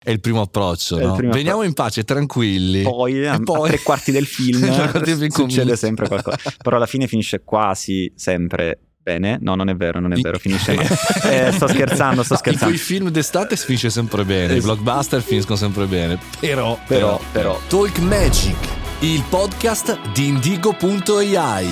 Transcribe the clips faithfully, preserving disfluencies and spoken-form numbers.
è il primo approccio, no? primo Veniamo appro- in pace, tranquilli. Poi, a, poi... a tre quarti del film succede comincia. sempre qualcosa. Però alla fine finisce quasi sempre bene. No, non è vero, non è vero, finisce male. Eh, sto scherzando, sto no, scherzando. In quei film d'estate si finisce sempre bene, i blockbuster finiscono sempre bene. Però, però, però. Talk Magic, il podcast di Indigo punto A I.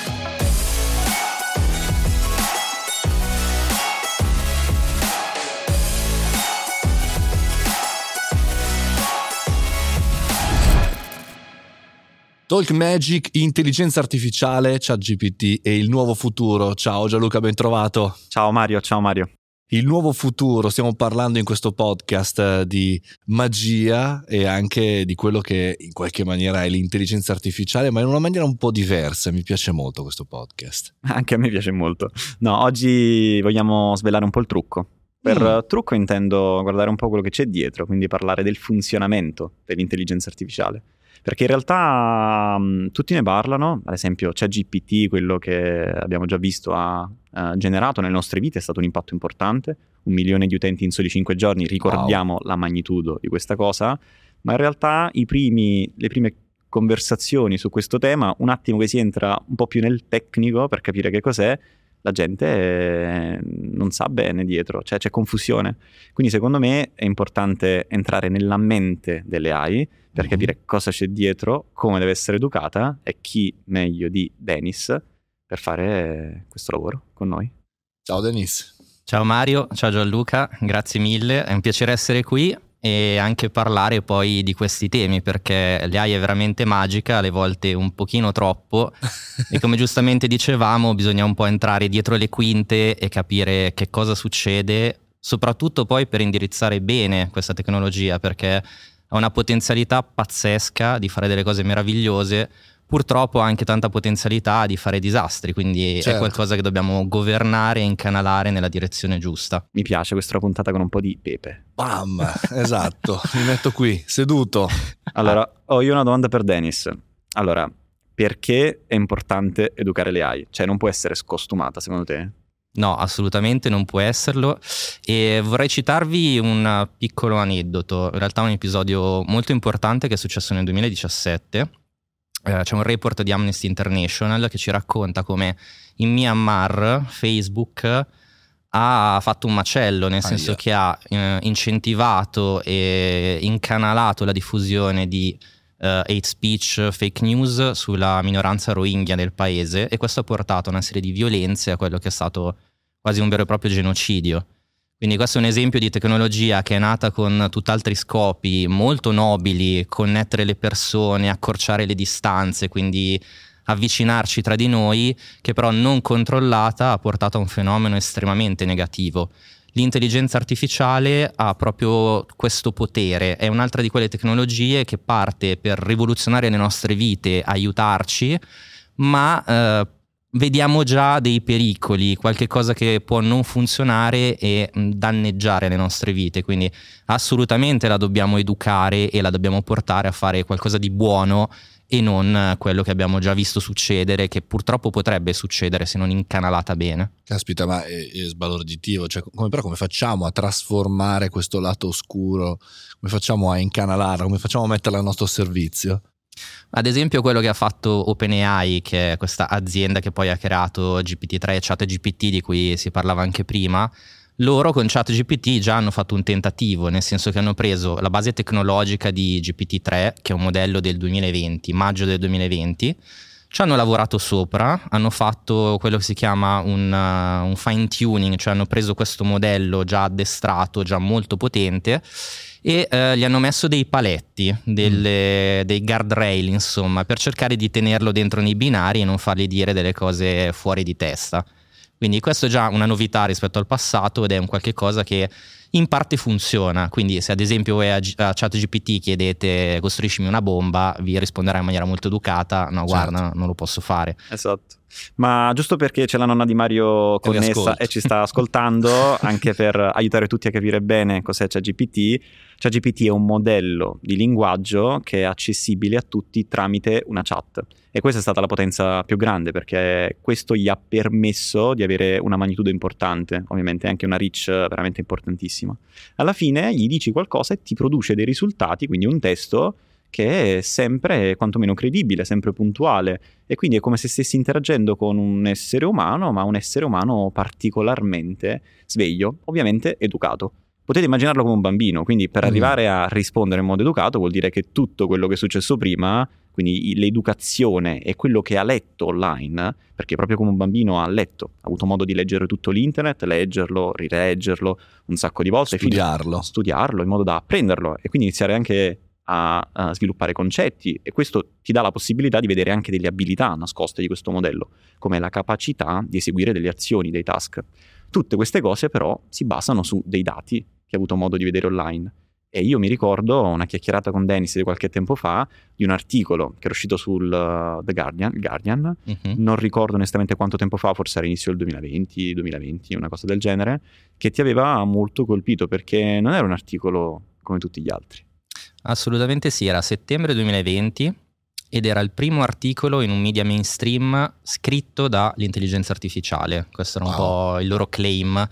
Talk Magic, intelligenza artificiale, ChatGPT e il nuovo futuro. Ciao Gianluca, ben trovato. Ciao Mario, ciao Mario. Il nuovo futuro, stiamo parlando in questo podcast di magia e anche di quello che in qualche maniera è l'intelligenza artificiale, ma in una maniera un po' diversa. Mi piace molto questo podcast. Anche a me piace molto. No, oggi vogliamo svelare un po' il trucco. Per mm. trucco intendo guardare un po' quello che c'è dietro, quindi parlare del funzionamento dell'intelligenza artificiale. Perché in realtà mh, tutti ne parlano, ad esempio ChatGPT, quello che abbiamo già visto ha uh, generato nelle nostre vite, è stato un impatto importante, un milione di utenti in soli cinque giorni, ricordiamo wow. la magnitudo di questa cosa, ma in realtà i primi, le prime conversazioni su questo tema, un attimo che si entra un po' più nel tecnico per capire che cos'è, la gente non sa bene dietro, cioè c'è confusione. Quindi secondo me è importante entrare nella mente delle A I per capire cosa c'è dietro, come deve essere educata e chi meglio di Denis per fare questo lavoro con noi. Ciao Denis. Ciao Mario, ciao Gianluca, grazie mille, è un piacere essere qui e anche parlare poi di questi temi, perché l'A I è veramente magica, alle volte un pochino troppo e come giustamente dicevamo bisogna un po' entrare dietro le quinte e capire che cosa succede, soprattutto poi per indirizzare bene questa tecnologia, perché ha una potenzialità pazzesca di fare delle cose meravigliose, purtroppo ha anche tanta potenzialità di fare disastri, quindi certo. È qualcosa che dobbiamo governare e incanalare nella direzione giusta. Mi piace questa puntata con un po' di pepe. Bam, esatto, mi metto qui, seduto. Allora, ho io una domanda per Denis. Allora, perché è importante educare le A I? Cioè non può essere scostumata secondo te? No, assolutamente non può esserlo e vorrei citarvi un piccolo aneddoto, in realtà un episodio molto importante che è successo nel duemiladiciassette. Eh, c'è un report di Amnesty International che ci racconta come in Myanmar Facebook ha fatto un macello, nel senso Aia. che ha eh, incentivato e incanalato la diffusione di uh, hate speech, fake news sulla minoranza Rohingya del paese, e questo ha portato a una serie di violenze, a quello che è stato quasi un vero e proprio genocidio. Quindi questo è un esempio di tecnologia che è nata con tutt'altri scopi molto nobili, connettere le persone, accorciare le distanze, quindi avvicinarci tra di noi, che però non controllata ha portato a un fenomeno estremamente negativo. L'intelligenza artificiale ha proprio questo potere, è un'altra di quelle tecnologie che parte per rivoluzionare le nostre vite, aiutarci, ma eh, vediamo già dei pericoli, qualche cosa che può non funzionare e danneggiare le nostre vite, quindi assolutamente la dobbiamo educare e la dobbiamo portare a fare qualcosa di buono e non quello che abbiamo già visto succedere, che purtroppo potrebbe succedere se non incanalata bene. Caspita, ma è, è sbalorditivo, cioè, come, però come facciamo a trasformare questo lato oscuro, come facciamo a incanalarla, come facciamo a metterla al nostro servizio? Ad esempio quello che ha fatto OpenAI, che è questa azienda che poi ha creato G P T tre e ChatGPT di cui si parlava anche prima. Loro con ChatGPT già hanno fatto un tentativo, nel senso che hanno preso la base tecnologica di G P T tre, che è un modello del duemilaventi, maggio del duemilaventi, ci hanno lavorato sopra, hanno fatto quello che si chiama un, uh, un fine tuning, cioè hanno preso questo modello già addestrato, già molto potente, e uh, gli hanno messo dei paletti, delle, mm. dei guardrail, insomma, per cercare di tenerlo dentro nei binari e non fargli dire delle cose fuori di testa. Quindi questo è già una novità rispetto al passato ed è un qualche cosa che in parte funziona. Quindi se ad esempio voi a ChatGPT chiedete costruiscimi una bomba, vi risponderà in maniera molto educata: no, guarda, certo. non lo posso fare. Esatto. Ma giusto perché c'è la nonna di Mario connessa e ci sta ascoltando, anche per aiutare tutti a capire bene cos'è ChatGPT, ChatGPT è un modello di linguaggio che è accessibile a tutti tramite una chat, e questa è stata la potenza più grande, perché questo gli ha permesso di avere una magnitudo importante, ovviamente anche una reach veramente importantissima. Alla fine gli dici qualcosa e ti produce dei risultati, quindi un testo che è sempre quantomeno credibile, sempre puntuale, e quindi è come se stessi interagendo con un essere umano, ma un essere umano particolarmente sveglio, ovviamente educato. Potete immaginarlo come un bambino, quindi per mm. arrivare a rispondere in modo educato vuol dire che tutto quello che è successo prima, quindi l'educazione e quello che ha letto online, perché proprio come un bambino ha letto, ha avuto modo di leggere tutto l'internet, leggerlo, rileggerlo un sacco di volte, studiarlo, fino, studiarlo in modo da apprenderlo e quindi iniziare anche a, a sviluppare concetti, e questo ti dà la possibilità di vedere anche delle abilità nascoste di questo modello, come la capacità di eseguire delle azioni, dei task. Tutte queste cose però si basano su dei dati che ho avuto modo di vedere online. E io mi ricordo una chiacchierata con Dennis di qualche tempo fa di un articolo che era uscito sul uh, The Guardian, Guardian. Uh-huh. Non ricordo onestamente quanto tempo fa, forse era inizio del duemilaventi, duemilaventi, una cosa del genere, che ti aveva molto colpito, perché non era un articolo come tutti gli altri. Assolutamente sì, era settembre duemilaventi ed era il primo articolo in un media mainstream scritto dall'intelligenza artificiale. Questo era un wow. po' il loro claim,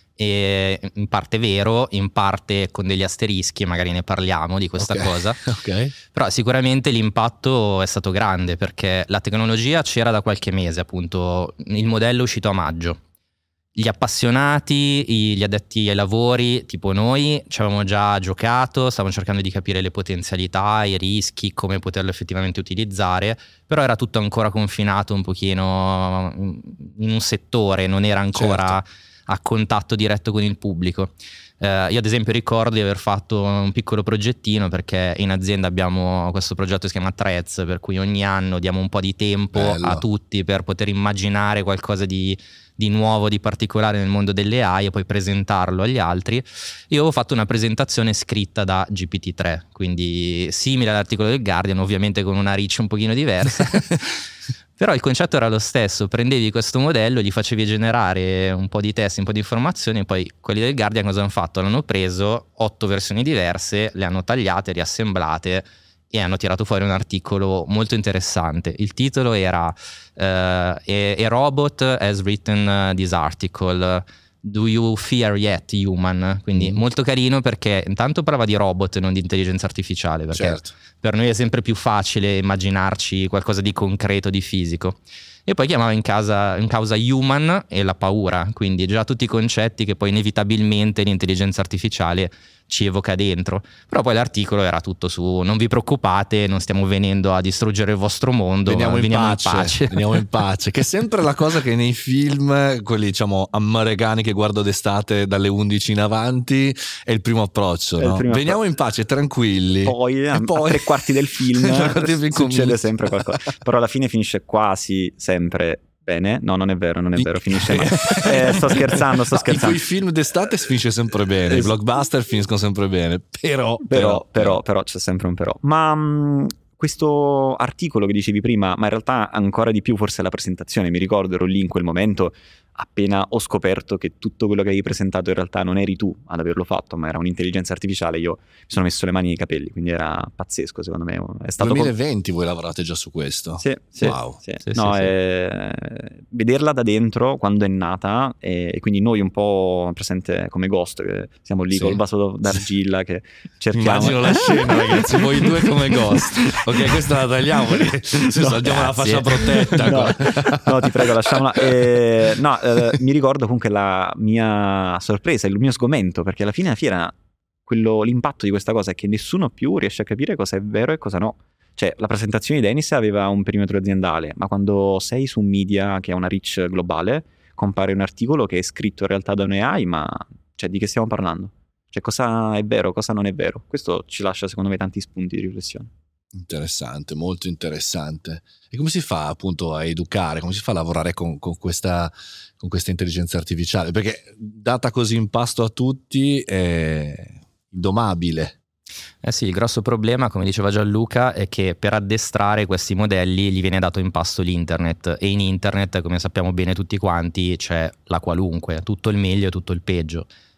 e in parte vero, in parte con degli asterischi, magari ne parliamo di questa okay. cosa. Okay. Però sicuramente l'impatto è stato grande, perché la tecnologia c'era da qualche mese, appunto il modello è uscito a maggio. Gli appassionati, gli addetti ai lavori, tipo noi, ci avevamo già giocato, stavamo cercando di capire le potenzialità, i rischi, come poterlo effettivamente utilizzare, però era tutto ancora confinato un pochino in un settore, non era ancora certo. a contatto diretto con il pubblico. Eh, io ad esempio ricordo di aver fatto un piccolo progettino, perché in azienda abbiamo questo progetto che si chiama Threads, per cui ogni anno diamo un po' di tempo Bello. a tutti per poter immaginare qualcosa di di nuovo, di particolare nel mondo delle A I, e poi presentarlo agli altri. Io avevo fatto una presentazione scritta da G P T tre, quindi simile all'articolo del Guardian, ovviamente con una reach un pochino diversa. Però il concetto era lo stesso: prendevi questo modello, gli facevi generare un po' di testi, un po' di informazioni, e poi quelli del Guardian cosa hanno fatto? L'hanno preso, otto versioni diverse, le hanno tagliate, riassemblate e hanno tirato fuori un articolo molto interessante. Il titolo era uh, a, a robot has written this article, do you fear yet human? Quindi mm. molto carino, perché intanto parlava di robot e non di intelligenza artificiale, perché certo. per noi è sempre più facile immaginarci qualcosa di concreto, di fisico. E poi chiamava in, casa, in causa human e la paura, quindi già tutti i concetti che poi inevitabilmente l'intelligenza artificiale ci evoca dentro. Però poi l'articolo era tutto su: non vi preoccupate, non stiamo venendo a distruggere il vostro mondo, veniamo, in, veniamo pace, in pace. Veniamo in pace, che è sempre la cosa che nei film, quelli diciamo americani che guardo d'estate dalle undici in avanti, è il primo approccio, no? Primo veniamo appro- in pace, tranquilli. Poi, a, poi... a tre quarti del film succede sempre qualcosa, però alla fine finisce quasi sempre bene. No, non è vero, non è vero, finisce male. Eh, sto scherzando, sto no, scherzando. In quei film d'estate finisce sempre bene, i blockbuster finiscono sempre bene, però però, però, però, però c'è sempre un però. Ma mh, questo articolo che dicevi prima, ma in realtà ancora di più forse la presentazione, mi ricordo, ero lì in quel momento, appena ho scoperto che tutto quello che avevi presentato in realtà non eri tu ad averlo fatto, ma era un'intelligenza artificiale, io mi sono messo le mani nei capelli, quindi era pazzesco secondo me. È stato duemilaventi con... voi lavorate già su questo? Sì, sì, wow. sì. sì, no, sì, eh, sì. Vederla da dentro quando è nata, e quindi noi un po' presente come Ghost, che siamo lì sì. col vaso d'argilla che cerchiamo. Immagino la scena, ragazzi, voi due come Ghost. Ok, questa la tagliamo, se no, saltiamo la fascia protetta. No, no, ti prego, lasciamola. Eh, no, eh, mi ricordo comunque la mia sorpresa, il mio sgomento, perché alla fine la fiera, quello, l'impatto di questa cosa è che nessuno più riesce a capire cosa è vero e cosa no. Cioè, la presentazione di Dennis aveva un perimetro aziendale, ma quando sei su un media che ha una reach globale, compare un articolo che è scritto in realtà da un A I, ma cioè, di che stiamo parlando? Cioè, cosa è vero, cosa non è vero? Questo ci lascia secondo me tanti spunti di riflessione. Interessante, molto interessante. E come si fa appunto a educare, come si fa a lavorare con, con, questa, con questa intelligenza artificiale? Perché data così in pasto a tutti è indomabile. Eh sì, il grosso problema, come diceva Gianluca, è che per addestrare questi modelli gli viene dato in pasto l'internet, e in internet, come sappiamo bene tutti quanti, c'è la qualunque, tutto il meglio e tutto il peggio.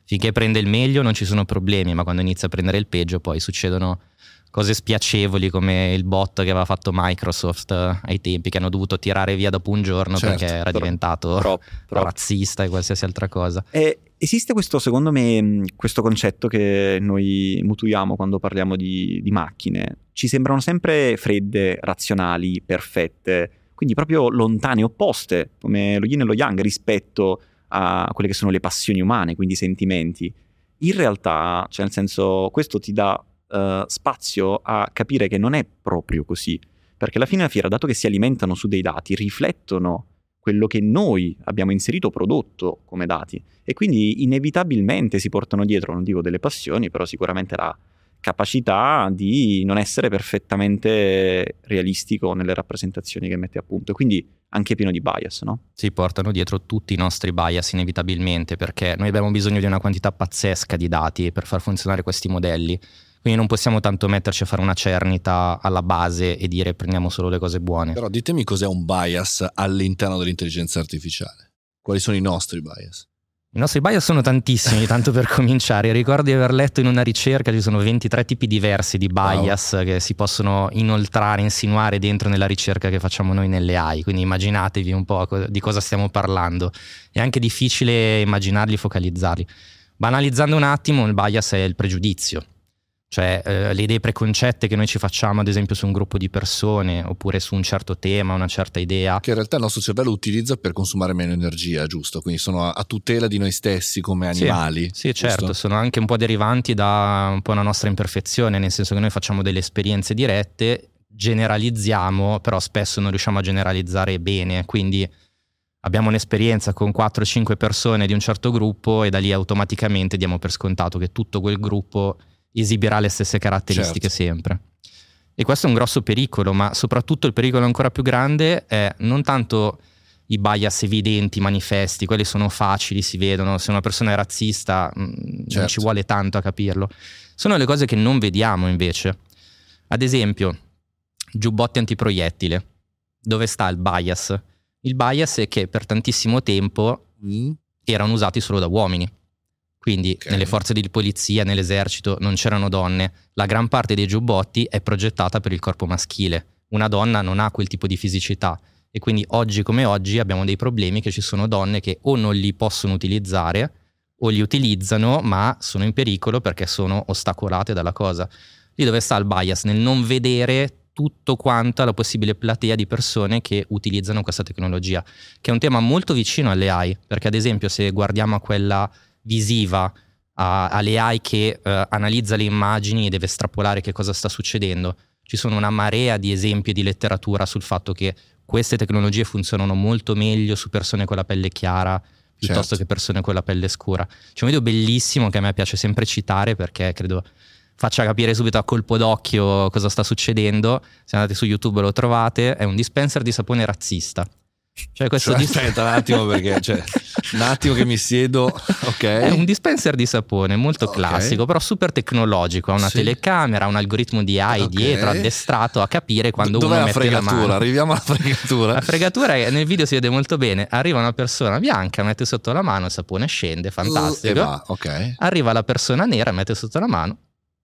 Finché prende il meglio non ci sono problemi, ma quando inizia a prendere il peggio poi succedono cose spiacevoli come il bot che aveva fatto Microsoft ai tempi, che hanno dovuto tirare via dopo un giorno, certo, perché era diventato troppo, troppo. razzista e qualsiasi altra cosa. E esiste questo, secondo me, questo concetto che noi mutuiamo quando parliamo di, di macchine. Ci sembrano sempre fredde, razionali, perfette, quindi proprio lontane, opposte, come lo yin e lo yang rispetto a quelle che sono le passioni umane, quindi i sentimenti. In realtà, cioè nel senso, questo ti dà Uh, spazio a capire che non è proprio così, perché alla fine della fiera, dato che si alimentano su dei dati, riflettono quello che noi abbiamo inserito, prodotto come dati, e quindi inevitabilmente si portano dietro, non dico delle passioni, però sicuramente la capacità di non essere perfettamente realistico nelle rappresentazioni che mette a punto, e quindi anche pieno di bias, no? Si portano dietro tutti i nostri bias inevitabilmente, perché noi abbiamo bisogno di una quantità pazzesca di dati per far funzionare questi modelli. Quindi non possiamo tanto metterci a fare una cernita alla base e dire prendiamo solo le cose buone. Però ditemi cos'è un bias all'interno dell'intelligenza artificiale. Quali sono i nostri bias? I nostri bias sono tantissimi, tanto per cominciare. Ricordo di aver letto in una ricerca ci sono ventitré tipi diversi di bias, wow, che si possono inoltrare, insinuare dentro nella ricerca che facciamo noi nelle A I. Quindi immaginatevi un po' di cosa stiamo parlando. È anche difficile immaginarli, focalizzarli. Banalizzando un attimo, il bias è il pregiudizio. Cioè eh, le idee preconcette che noi ci facciamo ad esempio su un gruppo di persone oppure su un certo tema, una certa idea. Che in realtà il nostro cervello utilizza per consumare meno energia, giusto? Quindi sono a, a tutela di noi stessi come animali. Sì, sì, certo, sono anche un po' derivanti da un po' una nostra imperfezione, nel senso che noi facciamo delle esperienze dirette, generalizziamo, però spesso non riusciamo a generalizzare bene, quindi abbiamo un'esperienza con quattro cinque persone di un certo gruppo e da lì automaticamente diamo per scontato che tutto quel gruppo esibirà le stesse caratteristiche, certo, sempre. E questo è un grosso pericolo, ma soprattutto il pericolo ancora più grande è non tanto i bias evidenti, manifesti, quelli sono facili, si vedono, se una persona è razzista, certo, non ci vuole tanto a capirlo. Sono le cose che non vediamo invece. Ad esempio, giubbotti antiproiettile. Dove sta il bias? Il bias è che per tantissimo tempo mm. erano usati solo da uomini. Quindi okay, nelle forze di polizia, nell'esercito non c'erano donne. La gran parte dei giubbotti è progettata per il corpo maschile. Una donna non ha quel tipo di fisicità e quindi oggi come oggi abbiamo dei problemi che ci sono donne che o non li possono utilizzare o li utilizzano ma sono in pericolo perché sono ostacolate dalla cosa. Lì dove sta il bias? Nel non vedere tutto quanto la possibile platea di persone che utilizzano questa tecnologia, che è un tema molto vicino alle A I, perché ad esempio se guardiamo a quella visiva, a, alle A I che eh, analizza le immagini e deve estrapolare che cosa sta succedendo, ci sono una marea di esempi di letteratura sul fatto che queste tecnologie funzionano molto meglio su persone con la pelle chiara piuttosto certo, che persone con la pelle scura. C'è un video bellissimo che a me piace sempre citare perché credo faccia capire subito a colpo d'occhio cosa sta succedendo. Se andate su YouTube lo trovate, è un dispenser di sapone razzista. Cioè questo cioè, dis- aspetta un attimo perché cioè, un attimo che mi siedo, ok. È un dispenser di sapone molto okay, classico, però super tecnologico, ha una sì, telecamera, ha un algoritmo di A I okay, dietro addestrato a capire quando Dov'è uno la mette la mano. Arriviamo alla fregatura. La fregatura è, nel video si vede molto bene, arriva una persona bianca, mette sotto la mano, il sapone scende, fantastico. Uh, e va, okay. Arriva la persona nera, mette sotto la mano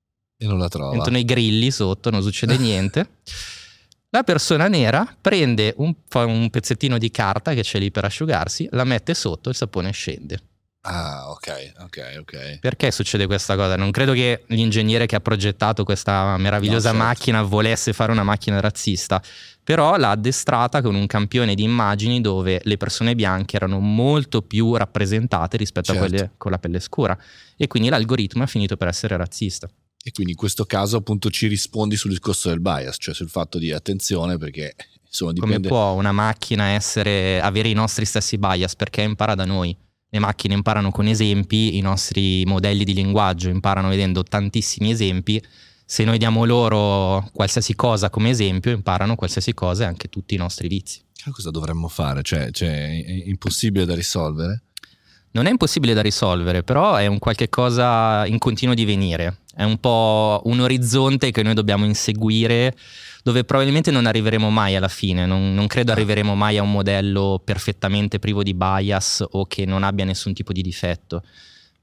e non la trova. Entrano i grilli sotto, non succede niente. La persona nera prende un, fa un pezzettino di carta che c'è lì per asciugarsi, la mette sotto, il sapone scende. Ah, ok, ok, ok. Perché succede questa cosa? Non credo che l'ingegnere che ha progettato questa meravigliosa no, certo, macchina volesse fare una macchina razzista, però l'ha addestrata con un campione di immagini dove le persone bianche erano molto più rappresentate rispetto certo, a quelle con la pelle scura e quindi l'algoritmo è finito per essere razzista. E quindi in questo caso appunto ci rispondi sul discorso del bias, cioè sul fatto di attenzione perché insomma dipende... Come può una macchina essere avere i nostri stessi bias? Perché impara da noi. Le macchine imparano con esempi, i nostri modelli di linguaggio imparano vedendo tantissimi esempi. Se noi diamo loro qualsiasi cosa come esempio, imparano qualsiasi cosa e anche tutti i nostri vizi. Cosa dovremmo fare? Cioè, cioè è impossibile da risolvere? Non è impossibile da risolvere, però è un qualche cosa in continuo divenire. È un po' un orizzonte che noi dobbiamo inseguire, dove probabilmente non arriveremo mai alla fine. Non, non credo arriveremo mai a un modello perfettamente privo di bias o che non abbia nessun tipo di difetto.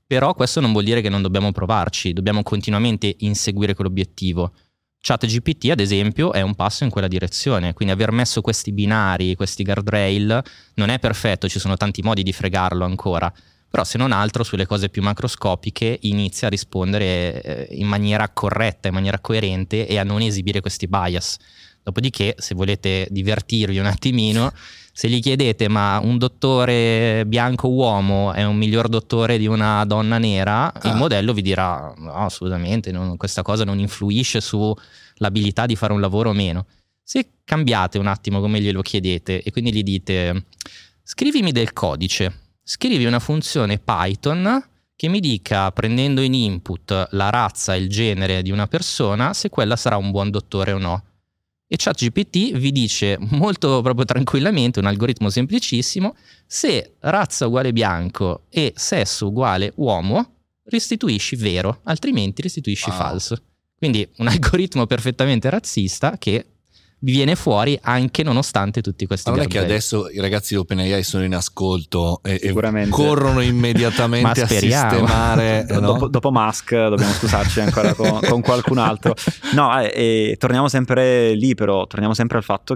Però questo non vuol dire che non dobbiamo provarci, dobbiamo continuamente inseguire quell'obiettivo. ChatGPT, ad esempio, è un passo in quella direzione, quindi aver messo questi binari, questi guardrail non è perfetto, ci sono tanti modi di fregarlo ancora, però se non altro sulle cose più macroscopiche inizia a rispondere in maniera corretta, in maniera coerente e a non esibire questi bias. Dopodiché, se volete divertirvi un attimino, se gli chiedete ma un dottore bianco uomo è un miglior dottore di una donna nera, ah. il modello vi dirà no, assolutamente, non, questa cosa non influisce sull'abilità di fare un lavoro o meno. Se cambiate un attimo come glielo chiedete e quindi gli dite scrivimi del codice, scrivi una funzione Python che mi dica, prendendo in input la razza e il genere di una persona, se quella sarà un buon dottore o no. E ChatGPT vi dice molto proprio tranquillamente, un algoritmo semplicissimo, se razza uguale bianco e sesso uguale uomo, restituisci vero, altrimenti restituisci wow. falso. Quindi un algoritmo perfettamente razzista che vi viene fuori anche nonostante tutti questi guarda. Non è che guardrail. adesso i ragazzi di OpenAI sono in ascolto e, e Sicuramente. corrono immediatamente a sistemare no? dopo, dopo Musk dobbiamo scusarci ancora con, con qualcun altro. No, eh, eh, torniamo sempre lì, però torniamo sempre al fatto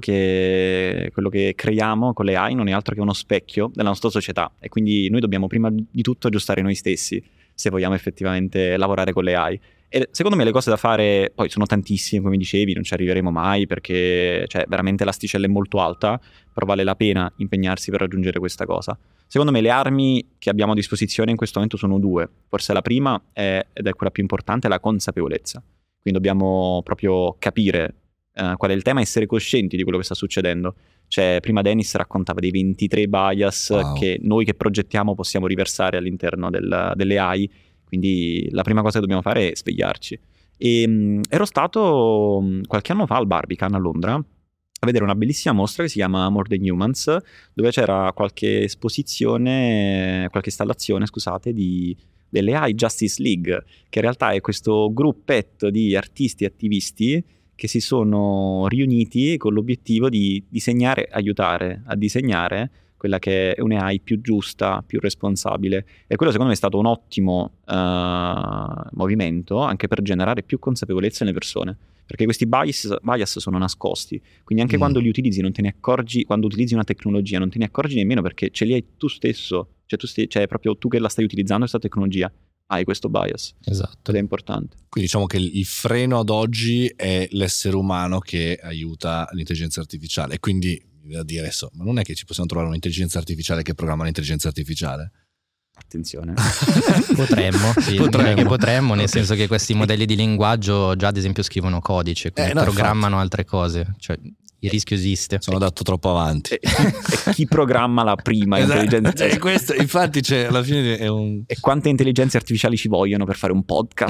che quello che creiamo con le A I non è altro che uno specchio della nostra società, e quindi noi dobbiamo prima di tutto aggiustare noi stessi se vogliamo effettivamente lavorare con le A I. E secondo me le cose da fare poi sono tantissime, come dicevi, non ci arriveremo mai perché cioè, veramente l'asticella è molto alta, però vale la pena impegnarsi per raggiungere questa cosa. Secondo me le armi che abbiamo a disposizione in questo momento sono due. Forse la prima, è, ed è quella più importante, è la consapevolezza. Quindi dobbiamo proprio capire uh, qual è il tema, essere coscienti di quello che sta succedendo. Cioè, prima Dennis raccontava dei ventitré bias wow. che noi che progettiamo possiamo riversare all'interno del, delle A I. Quindi la prima cosa che dobbiamo fare è svegliarci. E, mh, ero stato mh, qualche anno fa al Barbican a Londra a vedere una bellissima mostra che si chiama More Than Humans, dove c'era qualche esposizione, qualche installazione, scusate, di, delle A I Justice League, che in realtà è questo gruppetto di artisti e attivisti che si sono riuniti con l'obiettivo di disegnare, aiutare a disegnare quella che è un'A I più giusta, più responsabile. E quello secondo me è stato un ottimo uh, movimento anche per generare più consapevolezza nelle persone, perché questi bias, bias sono nascosti, quindi anche mm. quando li utilizzi non te ne accorgi, quando utilizzi una tecnologia non te ne accorgi nemmeno perché ce li hai tu stesso, cioè, tu st- cioè proprio tu che la stai utilizzando questa tecnologia hai questo bias. Esatto. Ed è importante. Quindi diciamo che il freno ad oggi è l'essere umano che aiuta l'intelligenza artificiale, e quindi da dire adesso, ma non è che ci possiamo trovare un'intelligenza artificiale che programma l'intelligenza artificiale? Attenzione. Potremmo, sì, potremmo. Che potremmo, nel senso che questi modelli di linguaggio già ad esempio scrivono codice, quindi eh, no, programmano infatti. altre cose, cioè il rischio esiste. Sono andato troppo avanti. E, e chi programma la prima esatto. intelligenza? E questo, infatti, c'è, alla fine è un. E quante intelligenze artificiali ci vogliono per fare un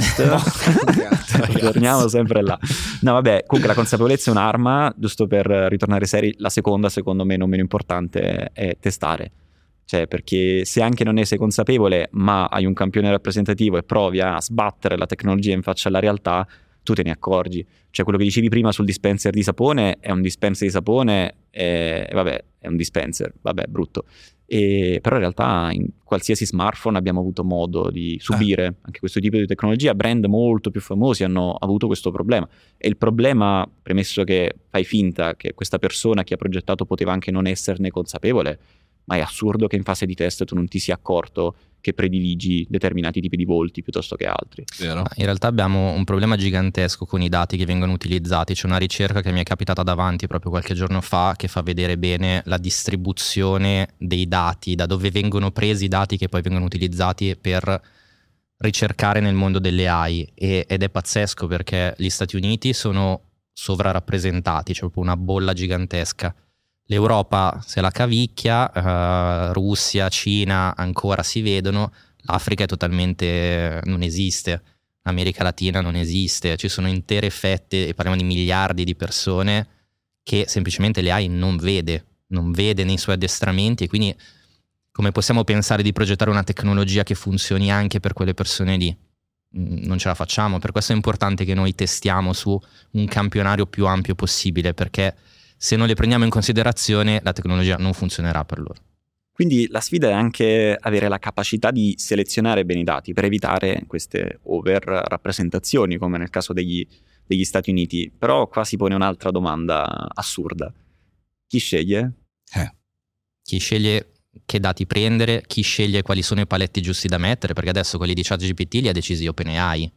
podcast? Torniamo sempre là. No, vabbè, comunque la consapevolezza è un'arma, giusto per ritornare seri. La seconda, secondo me, non meno importante, è testare. Cioè, perché se anche non ne sei consapevole, ma hai un campione rappresentativo e provi a sbattere la tecnologia in faccia alla realtà, tu te ne accorgi. Cioè, quello che dicevi prima sul dispenser di sapone è un dispenser di sapone e vabbè, è un dispenser, vabbè, brutto. E, però in realtà in qualsiasi smartphone abbiamo avuto modo di subire ah. anche questo tipo di tecnologia. Brand molto più famosi hanno avuto questo problema, e il problema, premesso che fai finta che questa persona che ha progettato poteva anche non esserne consapevole, ma è assurdo che in fase di test tu non ti sia accorto che prediligi determinati tipi di volti piuttosto che altri. Vero. In realtà abbiamo un problema gigantesco con i dati che vengono utilizzati. C'è una ricerca che mi è capitata davanti proprio qualche giorno fa che fa vedere bene la distribuzione dei dati, da dove vengono presi i dati che poi vengono utilizzati per ricercare nel mondo delle A I, e, ed è pazzesco perché gli Stati Uniti sono sovrarappresentati, c'è proprio una bolla gigantesca. L'Europa se la cavicchia, uh, Russia, Cina ancora si vedono, l'Africa è totalmente, non esiste, l'America Latina non esiste, ci sono intere fette, e parliamo di miliardi di persone che semplicemente le A I non vede, non vede nei suoi addestramenti, e quindi come possiamo pensare di progettare una tecnologia che funzioni anche per quelle persone lì? Non ce la facciamo. Per questo è importante che noi testiamo su un campionario più ampio possibile, perché se non le prendiamo in considerazione la tecnologia non funzionerà per loro. Quindi la sfida è anche avere la capacità di selezionare bene i dati per evitare queste over rappresentazioni, come nel caso degli, degli Stati Uniti. Però qua si pone un'altra domanda assurda. Chi sceglie? Eh. Chi sceglie che dati prendere, chi sceglie quali sono i paletti giusti da mettere, perché adesso quelli di ChatGPT li ha decisi OpenAI,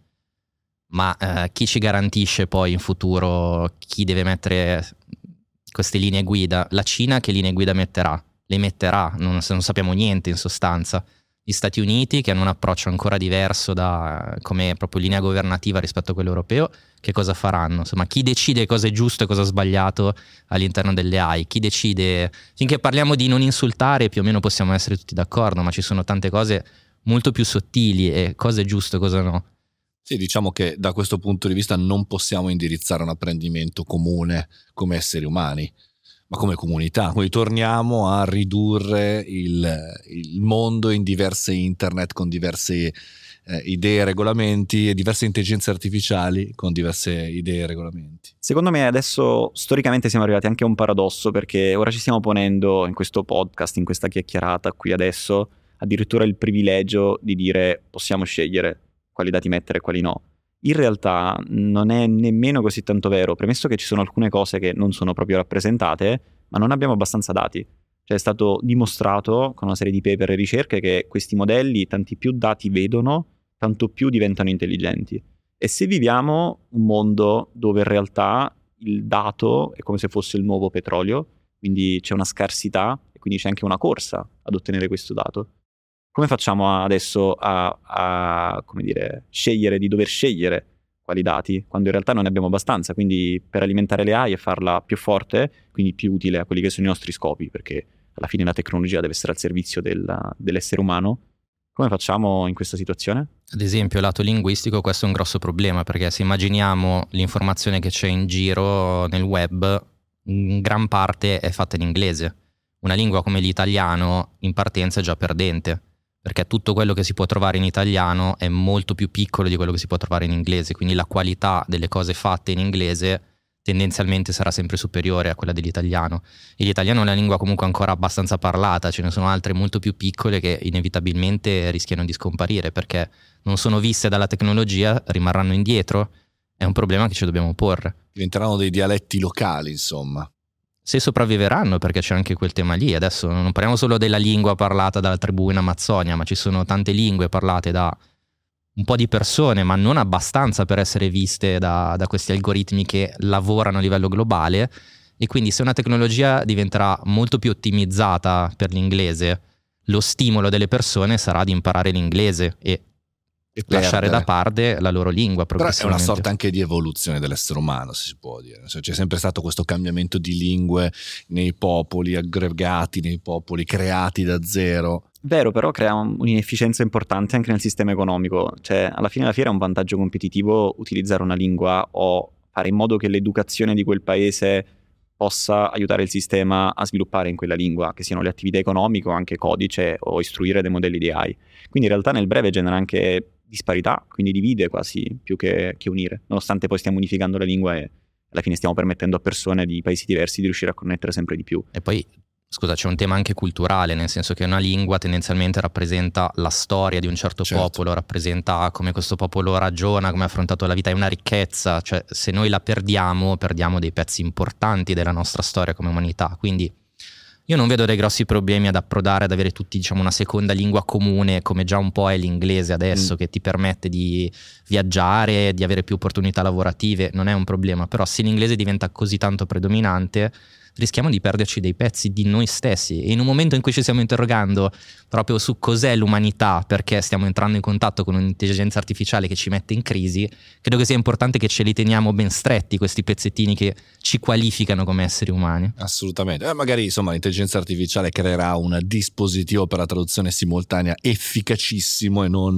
ma eh, chi ci garantisce poi in futuro chi deve mettere queste linee guida? La Cina che linee guida metterà? Le metterà, non, non sappiamo niente in sostanza. Gli Stati Uniti, che hanno un approccio ancora diverso da come proprio linea governativa rispetto a quello europeo, che cosa faranno? Insomma, chi decide cosa è giusto e cosa è sbagliato all'interno delle A I? Chi decide? Finché parliamo di non insultare più o meno possiamo essere tutti d'accordo, ma ci sono tante cose molto più sottili e cosa è giusto e cosa no. Sì, diciamo che da questo punto di vista non possiamo indirizzare un apprendimento comune come esseri umani, ma come comunità. Quindi torniamo a ridurre il, il mondo in diverse internet con diverse eh, idee e regolamenti e diverse intelligenze artificiali con diverse idee e regolamenti. Secondo me adesso storicamente siamo arrivati anche a un paradosso, perché ora ci stiamo ponendo in questo podcast, in questa chiacchierata qui adesso, addirittura il privilegio di dire possiamo scegliere quali dati mettere e quali no. In realtà non è nemmeno così tanto vero, premesso che ci sono alcune cose che non sono proprio rappresentate, ma non abbiamo abbastanza dati. Cioè è stato dimostrato con una serie di paper e ricerche che questi modelli, tanti più dati vedono, tanto più diventano intelligenti. E se viviamo un mondo dove in realtà il dato è come se fosse il nuovo petrolio, quindi c'è una scarsità e quindi c'è anche una corsa ad ottenere questo dato, come facciamo adesso a, a come dire, scegliere di dover scegliere quali dati, quando in realtà non ne abbiamo abbastanza? Quindi per alimentare le A I e farla più forte, quindi più utile a quelli che sono i nostri scopi, perché alla fine la tecnologia deve essere al servizio del, dell'essere umano, come facciamo in questa situazione? Ad esempio, lato linguistico, questo è un grosso problema, perché se immaginiamo l'informazione che c'è in giro nel web, in gran parte è fatta in inglese. Una lingua come l'italiano in partenza è già perdente, perché tutto quello che si può trovare in italiano è molto più piccolo di quello che si può trovare in inglese, quindi la qualità delle cose fatte in inglese tendenzialmente sarà sempre superiore a quella dell'italiano. E l'italiano è una lingua comunque ancora abbastanza parlata, ce ne sono altre molto più piccole che inevitabilmente rischiano di scomparire perché non sono viste dalla tecnologia, rimarranno indietro. È un problema che ci dobbiamo porre. Diventeranno dei dialetti locali, insomma. Se sopravviveranno, perché c'è anche quel tema lì. Adesso non parliamo solo della lingua parlata dalla tribù in Amazzonia, ma ci sono tante lingue parlate da un po' di persone, ma non abbastanza per essere viste da, da questi algoritmi che lavorano a livello globale. E quindi se una tecnologia diventerà molto più ottimizzata per l'inglese, lo stimolo delle persone sarà di imparare l'inglese e E lasciare perdere. da parte la loro lingua Però è una progressivamente. sorta anche di evoluzione dell'essere umano, se si può dire. Cioè, c'è sempre stato questo cambiamento di lingue nei popoli aggregati, nei popoli creati da zero. Vero, però crea un- un'inefficienza importante anche nel sistema economico. Cioè, alla fine della fiera è un vantaggio competitivo utilizzare una lingua o fare in modo che l'educazione di quel paese possa aiutare il sistema a sviluppare in quella lingua, che siano le attività economiche o anche codice o istruire dei modelli di A I. Quindi in realtà nel breve genera anche disparità, quindi divide quasi più che, che unire, nonostante poi stiamo unificando la lingua e alla fine stiamo permettendo a persone di paesi diversi di riuscire a connettere sempre di più. E poi, scusa, c'è un tema anche culturale, nel senso che una lingua tendenzialmente rappresenta la storia di un certo Certo. popolo, rappresenta come questo popolo ragiona, come ha affrontato la vita, è una ricchezza, cioè se noi la perdiamo, perdiamo dei pezzi importanti della nostra storia come umanità, quindi io non vedo dei grossi problemi ad approdare ad avere tutti, diciamo, una seconda lingua comune, come già un po' è l'inglese adesso, Mm. che ti permette di viaggiare, di avere più opportunità lavorative, non è un problema, però se l'inglese diventa così tanto predominante rischiamo di perderci dei pezzi di noi stessi. E in un momento in cui ci stiamo interrogando proprio su cos'è l'umanità, perché stiamo entrando in contatto con un'intelligenza artificiale che ci mette in crisi, credo che sia importante che ce li teniamo ben stretti questi pezzettini che ci qualificano come esseri umani. Assolutamente. Eh, magari insomma l'intelligenza artificiale creerà un dispositivo per la traduzione simultanea efficacissimo e non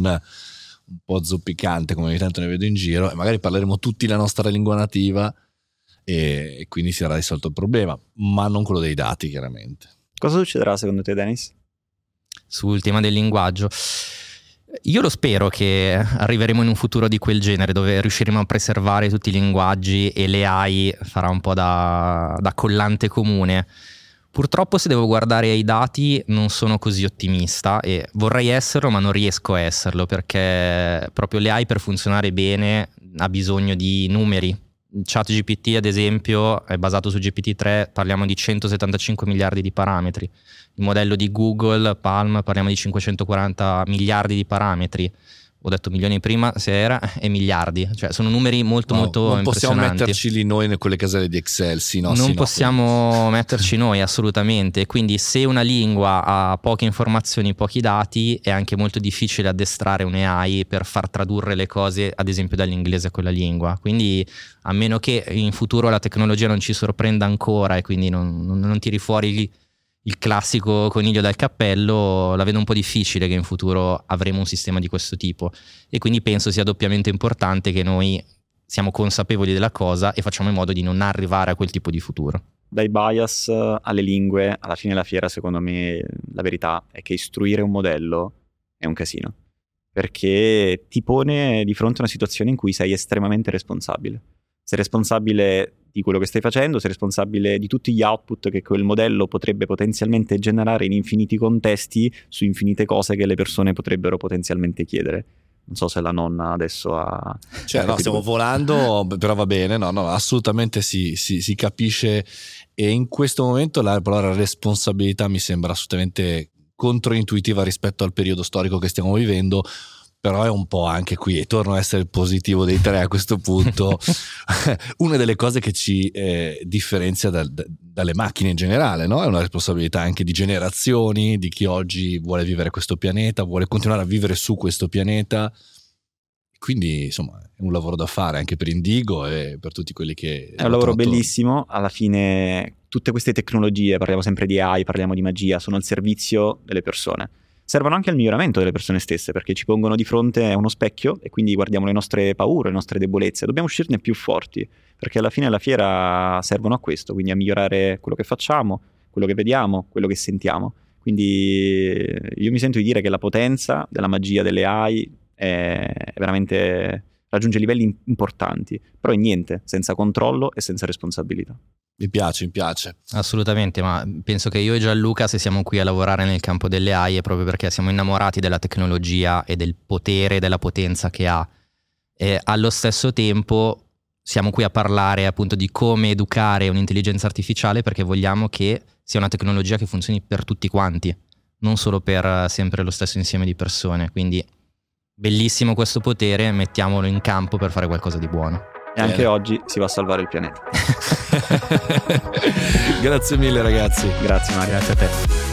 un po' zoppicante come ogni tanto ne vedo in giro, e magari parleremo tutti la nostra lingua nativa e, e quindi si sarà risolto il problema, ma non quello dei dati, chiaramente. Cosa succederà secondo te, Dennis? Sul tema del linguaggio, io lo spero che arriveremo in un futuro di quel genere dove riusciremo a preservare tutti i linguaggi e le A I farà un po' da, da collante comune. Purtroppo se devo guardare ai dati non sono così ottimista e vorrei esserlo ma non riesco a esserlo, perché proprio l'A I per funzionare bene ha bisogno di numeri. ChatGPT ad esempio è basato su G P T tre, parliamo di centosettantacinque miliardi di parametri. Il modello di Google, Palm, parliamo di cinquecentoquaranta miliardi di parametri. Ho detto milioni prima se era, e miliardi, cioè sono numeri molto no, molto non possiamo impressionanti. metterci lì noi in quelle caselle di Excel, sì, no, non sì, possiamo no. metterci noi assolutamente, quindi se una lingua ha poche informazioni, pochi dati, è anche molto difficile addestrare un A I per far tradurre le cose ad esempio dall'inglese a quella lingua, quindi a meno che in futuro la tecnologia non ci sorprenda ancora e quindi non, non, non tiri fuori il classico coniglio dal cappello, la vedo un po' difficile che in futuro avremo un sistema di questo tipo, e quindi penso sia doppiamente importante che noi siamo consapevoli della cosa e facciamo in modo di non arrivare a quel tipo di futuro. Dai bias alle lingue, alla fine della fiera secondo me la verità è che istruire un modello è un casino, perché ti pone di fronte a una situazione in cui sei estremamente responsabile. Sei responsabile di quello che stai facendo, sei responsabile di tutti gli output che quel modello potrebbe potenzialmente generare in infiniti contesti su infinite cose che le persone potrebbero potenzialmente chiedere. Non so se la nonna adesso ha... Cioè, no, stiamo volando, però va bene, no, no, assolutamente si, si, si capisce, e in questo momento la parola responsabilità mi sembra assolutamente controintuitiva rispetto al periodo storico che stiamo vivendo. Però è un po' anche qui, e torno a essere il positivo dei tre a questo punto, una delle cose che ci eh, differenzia da, da, dalle macchine in generale, no? È una responsabilità anche di generazioni, di chi oggi vuole vivere questo pianeta, vuole continuare a vivere su questo pianeta. Quindi insomma è un lavoro da fare anche per Indigo e per tutti quelli che... È un lavoro bellissimo, alla fine tutte queste tecnologie, parliamo sempre di A I, parliamo di magia, sono al servizio delle persone. Servono anche al miglioramento delle persone stesse, perché ci pongono di fronte a uno specchio e quindi guardiamo le nostre paure, le nostre debolezze. Dobbiamo uscirne più forti, perché alla fine della fiera servono a questo, quindi a migliorare quello che facciamo, quello che vediamo, quello che sentiamo. Quindi io mi sento di dire che la potenza della magia delle A I è veramente, raggiunge livelli importanti, però è niente senza controllo e senza responsabilità. Mi piace, mi piace. Assolutamente, ma penso che io e Gianluca, se siamo qui a lavorare nel campo delle A I, è proprio perché siamo innamorati della tecnologia e del potere, della potenza che ha. E allo stesso tempo siamo qui a parlare appunto di come educare un'intelligenza artificiale, perché vogliamo che sia una tecnologia che funzioni per tutti quanti, non solo per sempre lo stesso insieme di persone. Quindi bellissimo questo potere, mettiamolo in campo per fare qualcosa di buono. E anche Bene. Oggi si va a salvare il pianeta. Grazie mille ragazzi. Grazie Mario. Grazie a te.